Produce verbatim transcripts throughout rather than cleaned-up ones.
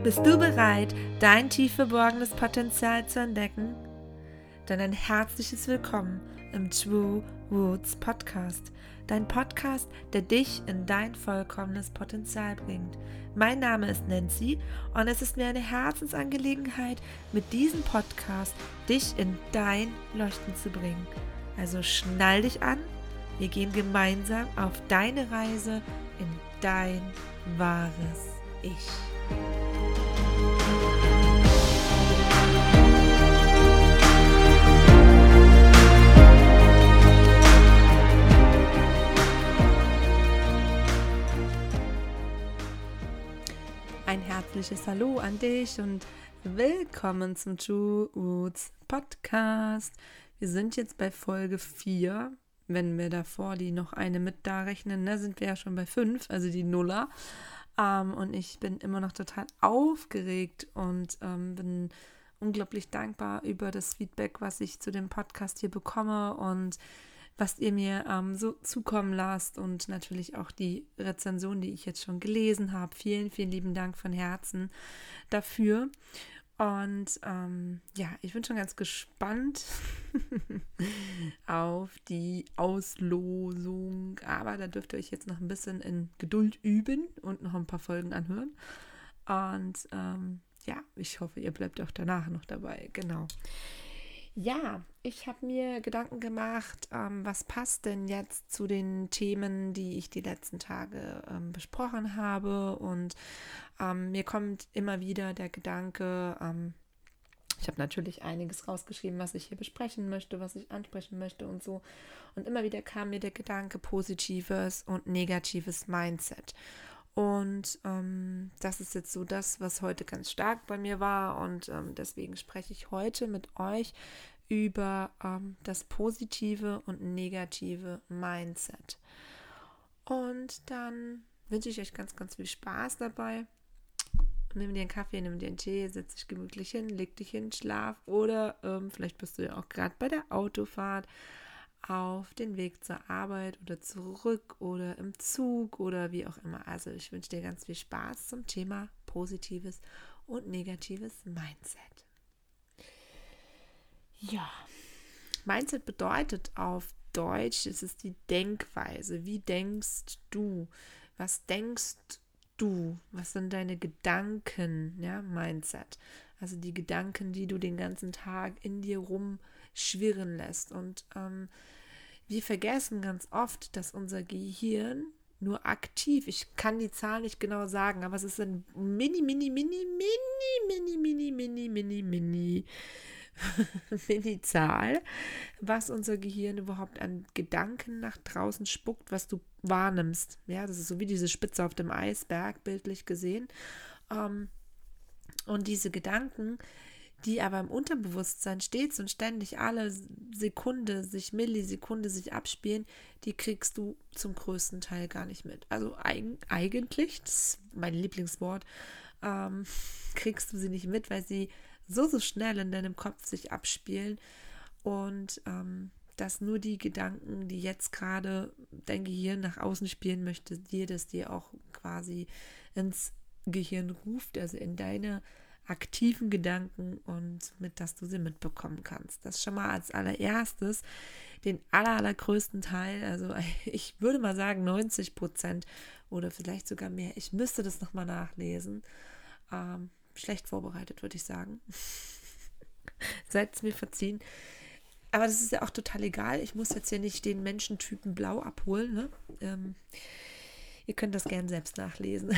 Bist du bereit, dein tief verborgenes Potenzial zu entdecken? Dann ein herzliches Willkommen im True Roots Podcast. Dein Podcast, der dich in dein vollkommenes Potenzial bringt. Mein Name ist Nancy und es ist mir eine Herzensangelegenheit, mit diesem Podcast dich in dein Leuchten zu bringen. Also schnall dich an, wir gehen gemeinsam auf deine Reise in dein wahres Ich. Ein herzliches Hallo an dich und willkommen zum True Roots Podcast. Wir sind jetzt bei Folge vier. Wenn wir davor die noch eine mit da rechnen, ne, sind wir ja schon bei fünf, also die Nuller. Ähm, und ich bin immer noch total aufgeregt und ähm, bin unglaublich dankbar über das Feedback, was ich zu dem Podcast hier bekomme und was ihr mir ähm, so zukommen lasst und natürlich auch die Rezension, die ich jetzt schon gelesen habe. Vielen, vielen lieben Dank von Herzen dafür. Und ähm, ja, ich bin schon ganz gespannt auf die Auslosung, aber da dürft ihr euch jetzt noch ein bisschen in Geduld üben und noch ein paar Folgen anhören. Und ähm, ja, ich hoffe, ihr bleibt auch danach noch dabei, genau. Ja, ich habe mir Gedanken gemacht, ähm, was passt denn jetzt zu den Themen, die ich die letzten Tage ähm, besprochen habe. Und ähm, mir kommt immer wieder der Gedanke, ähm, ich habe natürlich einiges rausgeschrieben, was ich hier besprechen möchte, was ich ansprechen möchte und so. Und immer wieder kam mir der Gedanke positives und negatives Mindset. Und ähm, das ist jetzt so das, was heute ganz stark bei mir war. Und ähm, deswegen spreche ich heute mit euch über ähm, das positive und negative Mindset. Und dann wünsche ich euch ganz, ganz viel Spaß dabei. Nimm dir einen Kaffee, nimm dir einen Tee, setz dich gemütlich hin, leg dich hin, schlaf. Oder ähm, vielleicht bist du ja auch gerade bei der Autofahrt auf den Weg zur Arbeit oder zurück oder im Zug oder wie auch immer. Also ich wünsche dir ganz viel Spaß zum Thema positives und negatives Mindset. Ja, Mindset bedeutet auf Deutsch, es ist die Denkweise. Wie denkst du? Was denkst du? Was sind deine Gedanken? Ja, Mindset. Also die Gedanken, die du den ganzen Tag in dir rumschwirren lässt. Und ähm, wir vergessen ganz oft, dass unser Gehirn nur aktiv, ich kann die Zahl nicht genau sagen, aber es ist ein mini, mini, mini, mini, mini, mini, mini, mini, mini, mini Zahl, was unser Gehirn überhaupt an Gedanken nach draußen spuckt, was du wahrnimmst. Ja, das ist so wie diese Spitze auf dem Eisberg, bildlich gesehen. Ähm, und diese Gedanken, die aber im Unterbewusstsein stets und ständig alle Sekunde, sich Millisekunde sich abspielen, die kriegst du zum größten Teil gar nicht mit. Also eig- eigentlich, das ist mein Lieblingswort, ähm, kriegst du sie nicht mit, weil sie so, so schnell in deinem Kopf sich abspielen und ähm, dass nur die Gedanken, die jetzt gerade dein Gehirn nach außen spielen möchte, dir das dir auch quasi ins Gehirn ruft, also in deine aktiven Gedanken und mit, dass du sie mitbekommen kannst. Das schon mal als allererstes, den aller, allergrößten Teil, also ich würde mal sagen neunzig Prozent oder vielleicht sogar mehr. Ich müsste das nochmal nachlesen. Ähm, schlecht vorbereitet, würde ich sagen. Seid es mir verziehen. Aber das ist ja auch total egal. Ich muss jetzt hier nicht den Menschentypen Blau abholen. Ne? Ähm, Ihr könnt das gern selbst nachlesen.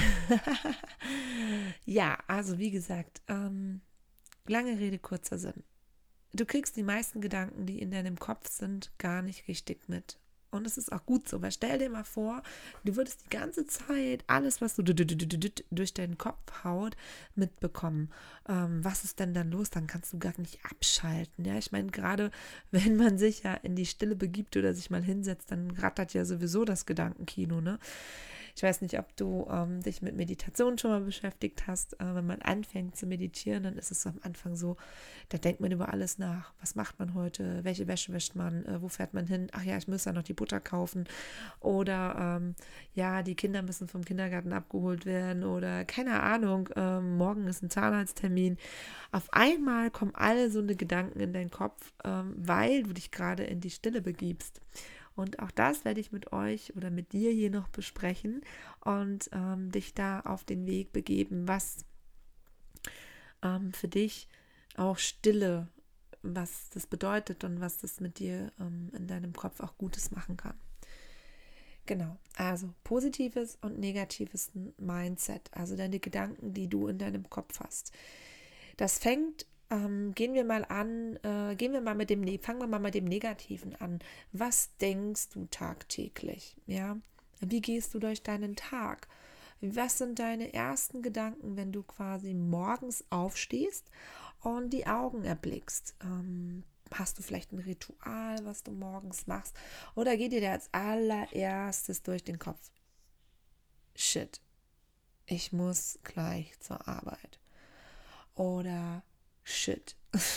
Ja, also wie gesagt, ähm, lange Rede, kurzer Sinn. Du kriegst die meisten Gedanken, die in deinem Kopf sind, gar nicht richtig mit. Und es ist auch gut so, weil stell dir mal vor, du würdest die ganze Zeit alles, was du durch deinen Kopf haut, mitbekommen. Ähm, was ist denn dann los? Dann kannst du gar nicht abschalten. Ja, ich meine, gerade wenn man sich ja in die Stille begibt oder sich mal hinsetzt, dann rattert ja sowieso das Gedankenkino, ne? Ich weiß nicht, ob du ähm, dich mit Meditation schon mal beschäftigt hast. Äh, wenn man anfängt zu meditieren, dann ist es so am Anfang so, da denkt man über alles nach. Was macht man heute? Welche Wäsche wäscht man? Äh, wo fährt man hin? Ach ja, ich muss ja noch die Butter kaufen. Oder ähm, ja, die Kinder müssen vom Kindergarten abgeholt werden. Oder keine Ahnung, ähm, morgen ist ein Zahnarzttermin. Auf einmal kommen alle so eine Gedanken in deinen Kopf, ähm, weil du dich gerade in die Stille begibst. Und auch das werde ich mit euch oder mit dir hier noch besprechen und ähm, dich da auf den Weg begeben, was ähm, für dich auch Stille, was das bedeutet und was das mit dir ähm, in deinem Kopf auch Gutes machen kann. Genau, also positives und negatives Mindset, also deine Gedanken, die du in deinem Kopf hast. Das fängt, ähm, gehen wir mal an, äh, gehen wir mal mit dem, fangen wir mal mit dem Negativen an. Was denkst du tagtäglich? Ja, wie gehst du durch deinen Tag? Was sind deine ersten Gedanken, wenn du quasi morgens aufstehst und die Augen erblickst? Ähm, hast du vielleicht ein Ritual, was du morgens machst? Oder geht dir als allererstes durch den Kopf? Shit, ich muss gleich zur Arbeit. Oder shit.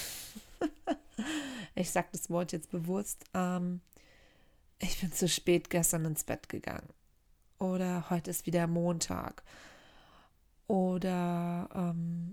Ich sage das Wort jetzt bewusst. Ähm, ich bin zu spät gestern ins Bett gegangen. Oder heute ist wieder Montag. Oder ähm,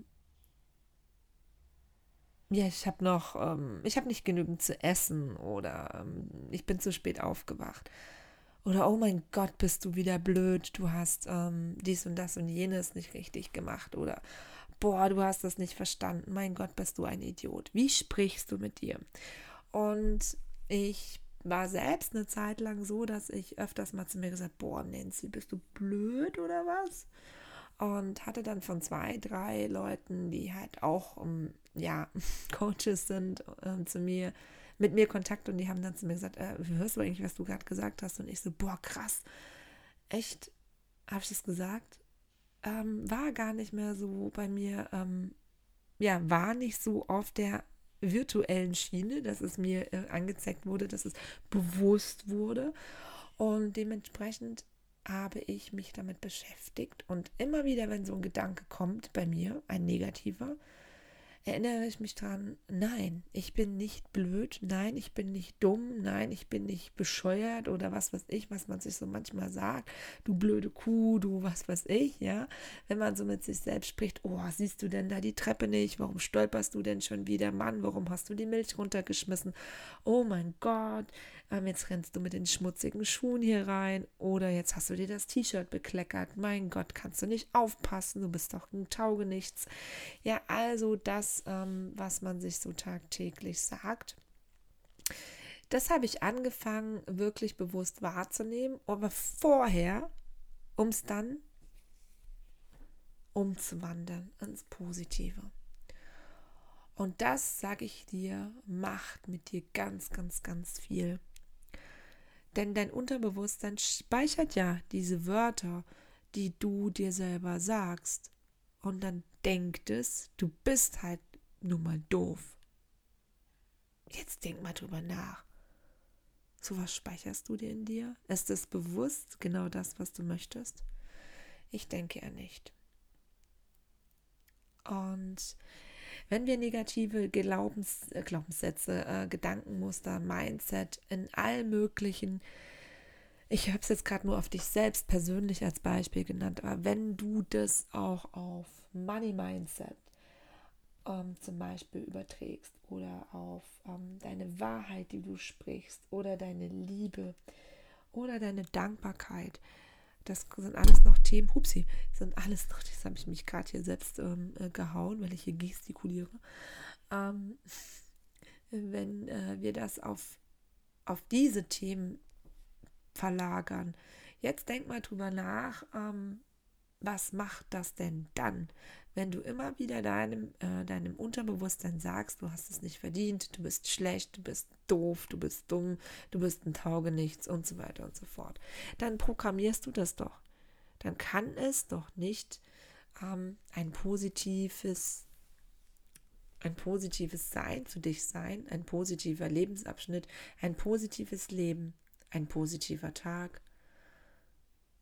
ja, ich habe noch, ähm, ich habe nicht genügend zu essen. Oder ähm, ich bin zu spät aufgewacht. Oder oh mein Gott, bist du wieder blöd. Du hast ähm, dies und das und jenes nicht richtig gemacht. Oder boah, du hast das nicht verstanden. Mein Gott, bist du ein Idiot. Wie sprichst du mit dir? Und ich war selbst eine Zeit lang so, dass ich öfters mal zu mir gesagt, boah, Nancy, bist du blöd oder was? Und hatte dann von zwei, drei Leuten, die halt auch, um, ja, Coaches sind, ähm, zu mir, mit mir Kontakt und die haben dann zu mir gesagt, äh, hörst du eigentlich, was du gerade gesagt hast? Und ich so, boah, krass, echt, habe ich das gesagt? Ähm, war gar nicht mehr so bei mir, ähm, ja, war nicht so auf der virtuellen Schiene, dass es mir äh, angezeigt wurde, dass es bewusst wurde. Und dementsprechend habe ich mich damit beschäftigt. Und immer wieder, wenn so ein Gedanke kommt bei mir, ein negativer, erinnere ich mich dran, nein, ich bin nicht blöd, nein, ich bin nicht dumm, nein, ich bin nicht bescheuert oder was weiß ich, was man sich so manchmal sagt, du blöde Kuh, du was weiß ich, ja, wenn man so mit sich selbst spricht, oh, siehst du denn da die Treppe nicht, warum stolperst du denn schon wieder, Mann, warum hast du die Milch runtergeschmissen, oh mein Gott, ähm, jetzt rennst du mit den schmutzigen Schuhen hier rein oder jetzt hast du dir das T-Shirt bekleckert, mein Gott, kannst du nicht aufpassen, du bist doch ein Taugenichts. Ja, also das, ähm, was man sich so tagtäglich sagt. Das habe ich angefangen, wirklich bewusst wahrzunehmen, aber vorher, um es dann umzuwandeln ins Positive. Und das, sage ich dir, macht mit dir ganz, ganz, ganz viel. Denn dein Unterbewusstsein speichert ja diese Wörter, die du dir selber sagst. Und dann denkt es, du bist halt nun mal doof. Jetzt denk mal drüber nach. So was speicherst du dir in dir? Ist es bewusst genau das, was du möchtest? Ich denke eher nicht. Und wenn wir negative Glaubens, äh, Glaubenssätze, äh, Gedankenmuster, Mindset in allen möglichen, ich habe es jetzt gerade nur auf dich selbst persönlich als Beispiel genannt, aber wenn du das auch auf Money Mindset ähm, zum Beispiel überträgst oder auf ähm, deine Wahrheit, die du sprichst oder deine Liebe oder deine Dankbarkeit, das sind alles noch Themen, hupsi, sind alles noch, das habe ich mich gerade hier selbst ähm, äh, gehauen, weil ich hier gestikuliere. Ähm, wenn äh, wir das auf, auf diese Themen verlagern, jetzt denk mal drüber nach, ähm, was macht das denn dann, wenn du immer wieder deinem, äh, deinem Unterbewusstsein sagst, du hast es nicht verdient, du bist schlecht, du bist doof, du bist dumm, du bist ein Taugenichts und so weiter und so fort. Dann programmierst du das doch. Dann kann es doch nicht ähm, ein positives, ein positives Sein für dich sein, ein positiver Lebensabschnitt, ein positives Leben, ein positiver Tag.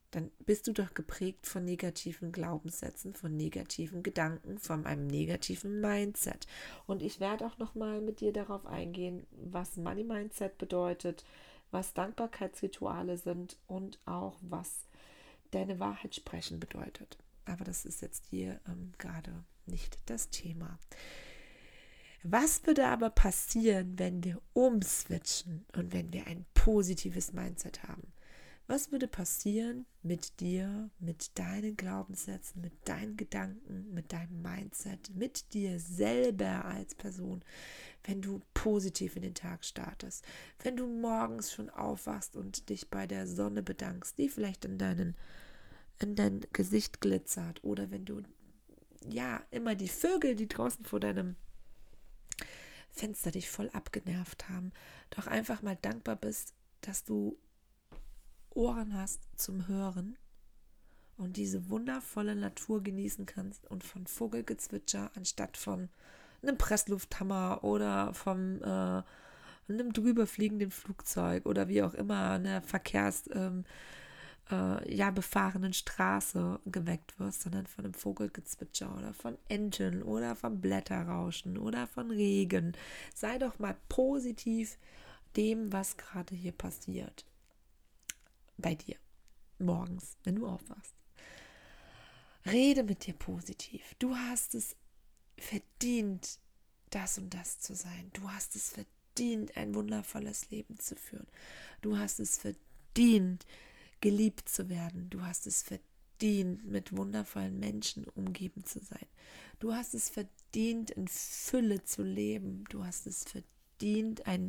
dann bist du doch geprägt von negativen Glaubenssätzen, von negativen Gedanken, von einem negativen Mindset. Und ich werde auch nochmal mit dir darauf eingehen, was Money Mindset bedeutet, was Dankbarkeitsrituale sind und auch was deine Wahrheit sprechen bedeutet. Aber das ist jetzt hier ähm, gerade nicht das Thema. Was würde aber passieren, wenn wir umswitchen und wenn wir ein positives Mindset haben? Was würde passieren mit dir, mit deinen Glaubenssätzen, mit deinen Gedanken, mit deinem Mindset, mit dir selber als Person, wenn du positiv in den Tag startest, wenn du morgens schon aufwachst und dich bei der Sonne bedankst, die vielleicht in, deinen, in dein Gesicht glitzert, oder wenn du ja immer die Vögel, die draußen vor deinem Fenster dich voll abgenervt haben, doch einfach mal dankbar bist, dass du Ohren hast zum Hören und diese wundervolle Natur genießen kannst und von Vogelgezwitscher anstatt von einem Presslufthammer oder vom äh, einem drüber fliegenden Flugzeug oder wie auch immer einer Verkehrs ähm, äh, ja, befahrenen Straße geweckt wirst, sondern von einem Vogelgezwitscher oder von Enten oder vom Blätterrauschen oder von Regen. Sei doch mal positiv dem, was gerade hier passiert. Bei dir, morgens, wenn du aufwachst. Rede mit dir positiv. Du hast es verdient, das und das zu sein. Du hast es verdient, ein wundervolles Leben zu führen. Du hast es verdient, geliebt zu werden. Du hast es verdient, mit wundervollen Menschen umgeben zu sein. Du hast es verdient, in Fülle zu leben. Du hast es verdient, ein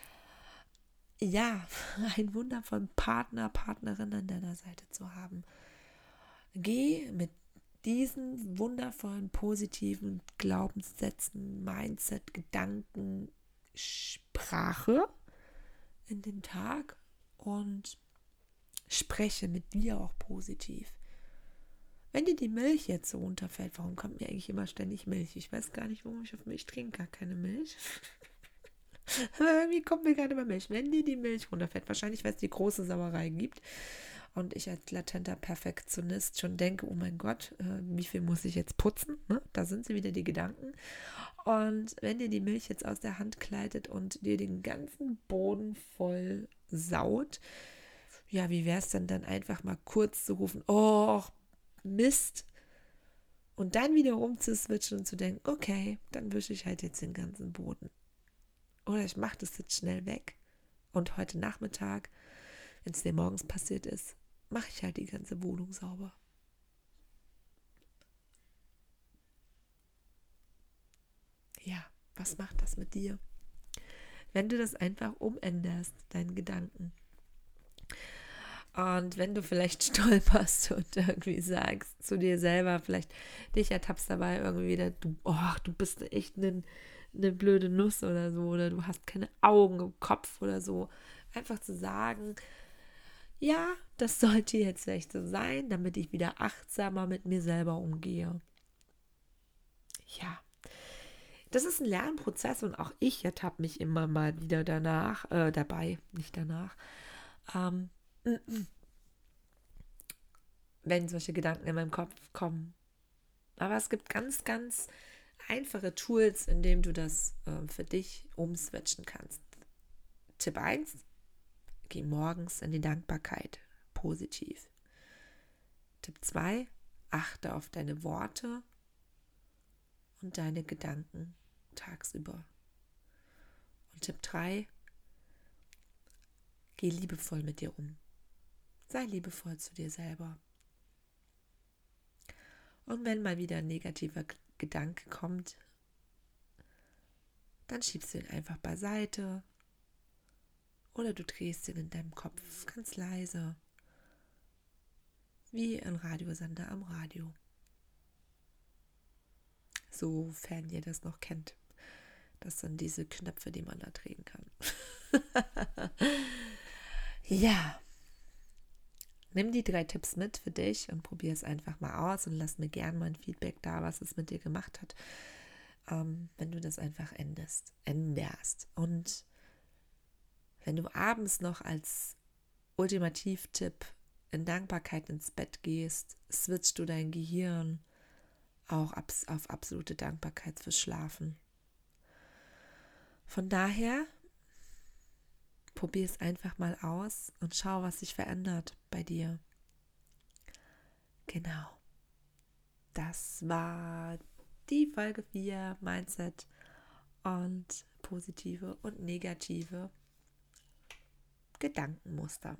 ja, einen wundervollen Partner, Partnerin an deiner Seite zu haben. Geh mit diesen wundervollen, positiven Glaubenssätzen, Mindset, Gedanken, Sprache in den Tag und spreche mit dir auch positiv. Wenn dir die Milch jetzt so runterfällt, warum kommt mir eigentlich immer ständig Milch? Ich weiß gar nicht, warum ich auf Milch trinke, gar keine Milch. Aber irgendwie kommt mir gerade mal Milch. Wenn dir die Milch runterfällt, wahrscheinlich, weil es die große Sauerei gibt und ich als latenter Perfektionist schon denke, oh mein Gott, äh, wie viel muss ich jetzt putzen? Ne? Da sind sie wieder, die Gedanken. Und wenn dir die Milch jetzt aus der Hand gleitet und dir den ganzen Boden voll saut, ja, wie wäre es denn dann einfach mal kurz zu rufen, oh, Mist, und dann wieder umzuswitchen und zu denken, okay, dann wische ich halt jetzt den ganzen Boden. Oder ich mache das jetzt schnell weg und heute Nachmittag, wenn es dir morgens passiert ist, mache ich halt die ganze Wohnung sauber. Ja, was macht das mit dir? Wenn du das einfach umänderst, deinen Gedanken. Und wenn du vielleicht stolperst und irgendwie sagst zu dir selber, vielleicht dich ertappst dabei irgendwie wieder, du, oh, du bist echt ein eine blöde Nuss oder so, oder du hast keine Augen im Kopf oder so. Einfach zu sagen, ja, das sollte jetzt vielleicht so sein, damit ich wieder achtsamer mit mir selber umgehe. Ja, das ist ein Lernprozess und auch ich ertappe mich immer mal wieder danach, äh, dabei, nicht danach, ähm, wenn solche Gedanken in meinem Kopf kommen. Aber es gibt ganz, ganz einfache Tools, in denen du das äh, für dich umswitchen kannst. Tipp eins, geh morgens in die Dankbarkeit, positiv. Tipp zwei, achte auf deine Worte und deine Gedanken tagsüber. Und Tipp drei, geh liebevoll mit dir um. Sei liebevoll zu dir selber. Und wenn mal wieder ein negativer Gedanke kommt, dann schiebst du ihn einfach beiseite oder du drehst ihn in deinem Kopf ganz leise, wie ein Radiosender am Radio. Sofern ihr das noch kennt. Das sind diese Knöpfe, die man da drehen kann. Ja, nimm die drei Tipps mit für dich und probier es einfach mal aus und lass mir gerne mal ein Feedback da, was es mit dir gemacht hat, ähm, wenn du das einfach änderst, änderst. Und wenn du abends noch als Ultimativtipp in Dankbarkeit ins Bett gehst, switchst du dein Gehirn auch auf absolute Dankbarkeit fürs Schlafen. Von daher, probier es einfach mal aus und schau, was sich verändert bei dir. Genau. Das war die Folge vier, Mindset und positive und negative Gedankenmuster.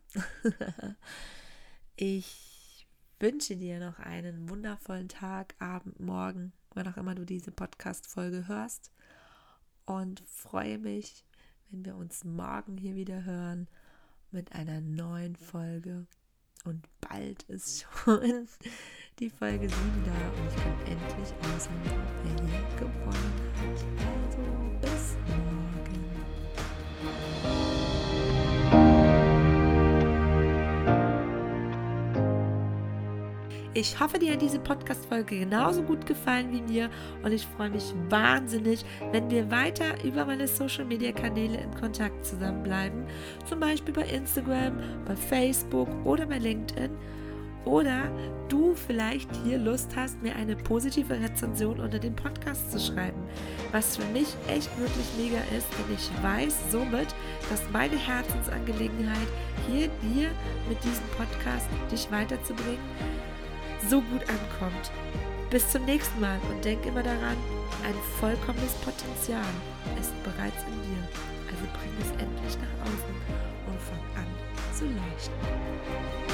Ich wünsche dir noch einen wundervollen Tag, Abend, Morgen, wann auch immer du diese Podcast-Folge hörst, und freue mich, wenn wir uns morgen hier wieder hören mit einer neuen Folge. Und bald ist schon die Folge sieben da und ich kann endlich ausmachen, wer hier gewonnen hat. Also bis morgen. Ich hoffe, dir hat diese Podcast-Folge genauso gut gefallen wie mir und ich freue mich wahnsinnig, wenn wir weiter über meine Social-Media-Kanäle in Kontakt zusammenbleiben, zum Beispiel bei Instagram, bei Facebook oder bei LinkedIn, oder du vielleicht hier Lust hast, mir eine positive Rezension unter dem Podcast zu schreiben, was für mich echt wirklich mega ist, denn ich weiß somit, dass meine Herzensangelegenheit hier dir mit diesem Podcast dich weiterzubringen so gut ankommt. Bis zum nächsten Mal und denk immer daran, ein vollkommenes Potenzial ist bereits in dir. Also bring es endlich nach außen und fang an zu leuchten.